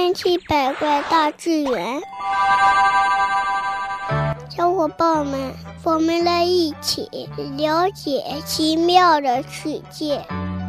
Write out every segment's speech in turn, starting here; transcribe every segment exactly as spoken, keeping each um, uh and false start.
千奇百怪大自然，小伙伴们，我们来一起了解奇妙的世界。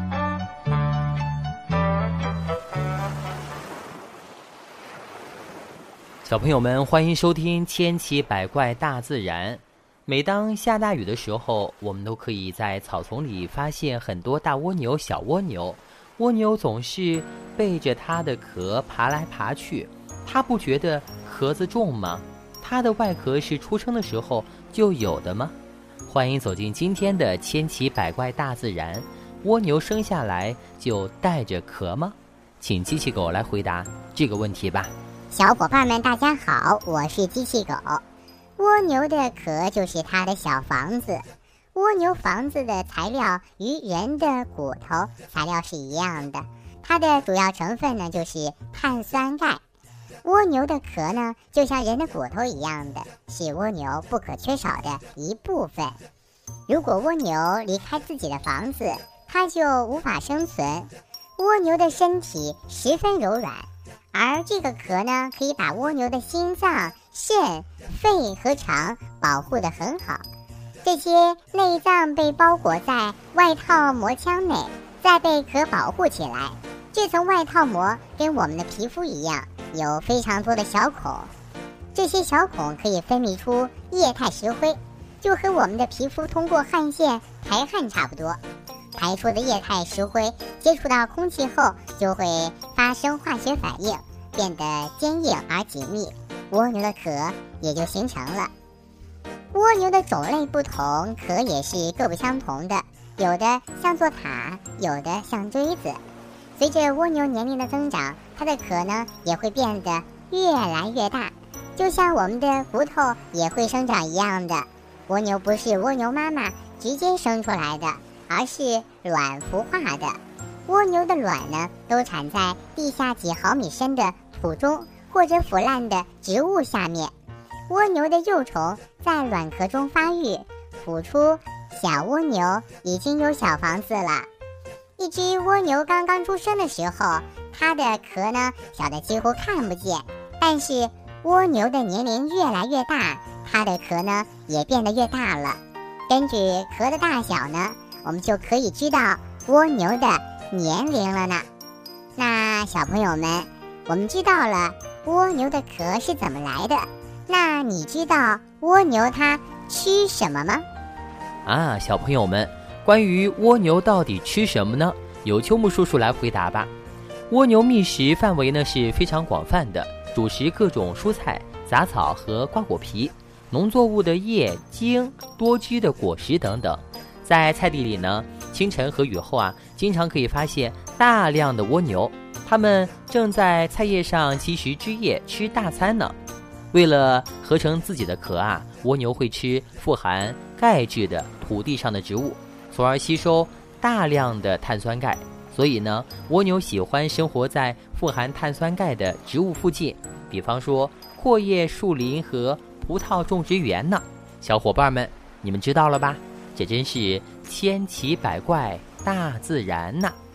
小朋友们，欢迎收听千奇百怪大自然。每当下大雨的时候，我们都可以在草丛里发现很多大蜗牛、小蜗牛。蜗牛总是背着它的壳爬来爬去，它不觉得壳子重吗？它的外壳是出生的时候就有的吗？欢迎走进今天的千奇百怪大自然。蜗牛生下来就带着壳吗？请机器狗来回答这个问题吧。 小伙伴们大家好，我是机器狗。蜗牛的壳就是它的小房子，蜗牛房子的材料与人的骨头材料是一样的，它的主要成分呢就是碳酸钙。蜗牛的壳呢就像人的骨头一样的，是蜗牛不可缺少的一部分。如果蜗牛离开自己的房子，它就无法生存。蜗牛的身体十分柔软，而这个壳呢，可以把蜗牛的心脏、肾、肺和肠保护得很好。这些内脏被包裹在外套膜腔内，再被壳保护起来。这层外套膜跟我们的皮肤一样，有非常多的小孔。这些小孔可以分泌出液态石灰，就和我们的皮肤通过汗腺排汗差不多。排出的液态石灰接触到空气后，就会发生化学反应，变得坚硬而紧密，蜗牛的壳也就形成了。蜗牛的种类不同，壳也是各不相同的，有的像座塔，有的像锥子。随着蜗牛年龄的增长，它的壳呢也会变得越来越大，就像我们的骨头也会生长一样的。蜗牛不是蜗牛妈妈直接生出来的，而是卵孵化的。蜗牛的卵呢，都产在地下几毫米深的土中或者腐烂的植物下面。蜗牛的幼虫在卵壳中发育，孵出小蜗牛已经有小房子了。一只蜗牛刚刚出生的时候，它的壳呢小的几乎看不见，但是蜗牛的年龄越来越大，它的壳呢也变得越大了。根据壳的大小呢，我们就可以知道蜗牛的年龄了呢。那小朋友们，我们知道了蜗牛的壳是怎么来的，那你知道蜗牛它吃什么吗？ 啊，小朋友们，关于蜗牛到底吃什么呢？由秋木叔叔来回答吧。蜗牛觅食范围呢是非常广泛的，主食各种蔬菜、杂草和瓜果皮，农作物的叶、茎、多汁的果实等等。在菜地里呢，清晨和雨后啊，经常可以发现大量的蜗牛，它们正在菜叶上吸食汁液，吃大餐呢。为了合成自己的壳啊，蜗牛会吃富含钙质的土地上的植物，从而吸收大量的碳酸钙。所以呢，蜗牛喜欢生活在富含碳酸钙的植物附近，比方说阔叶树林和葡萄种植园呢。小伙伴们，你们知道了吧？这真是千奇百怪大自然呐！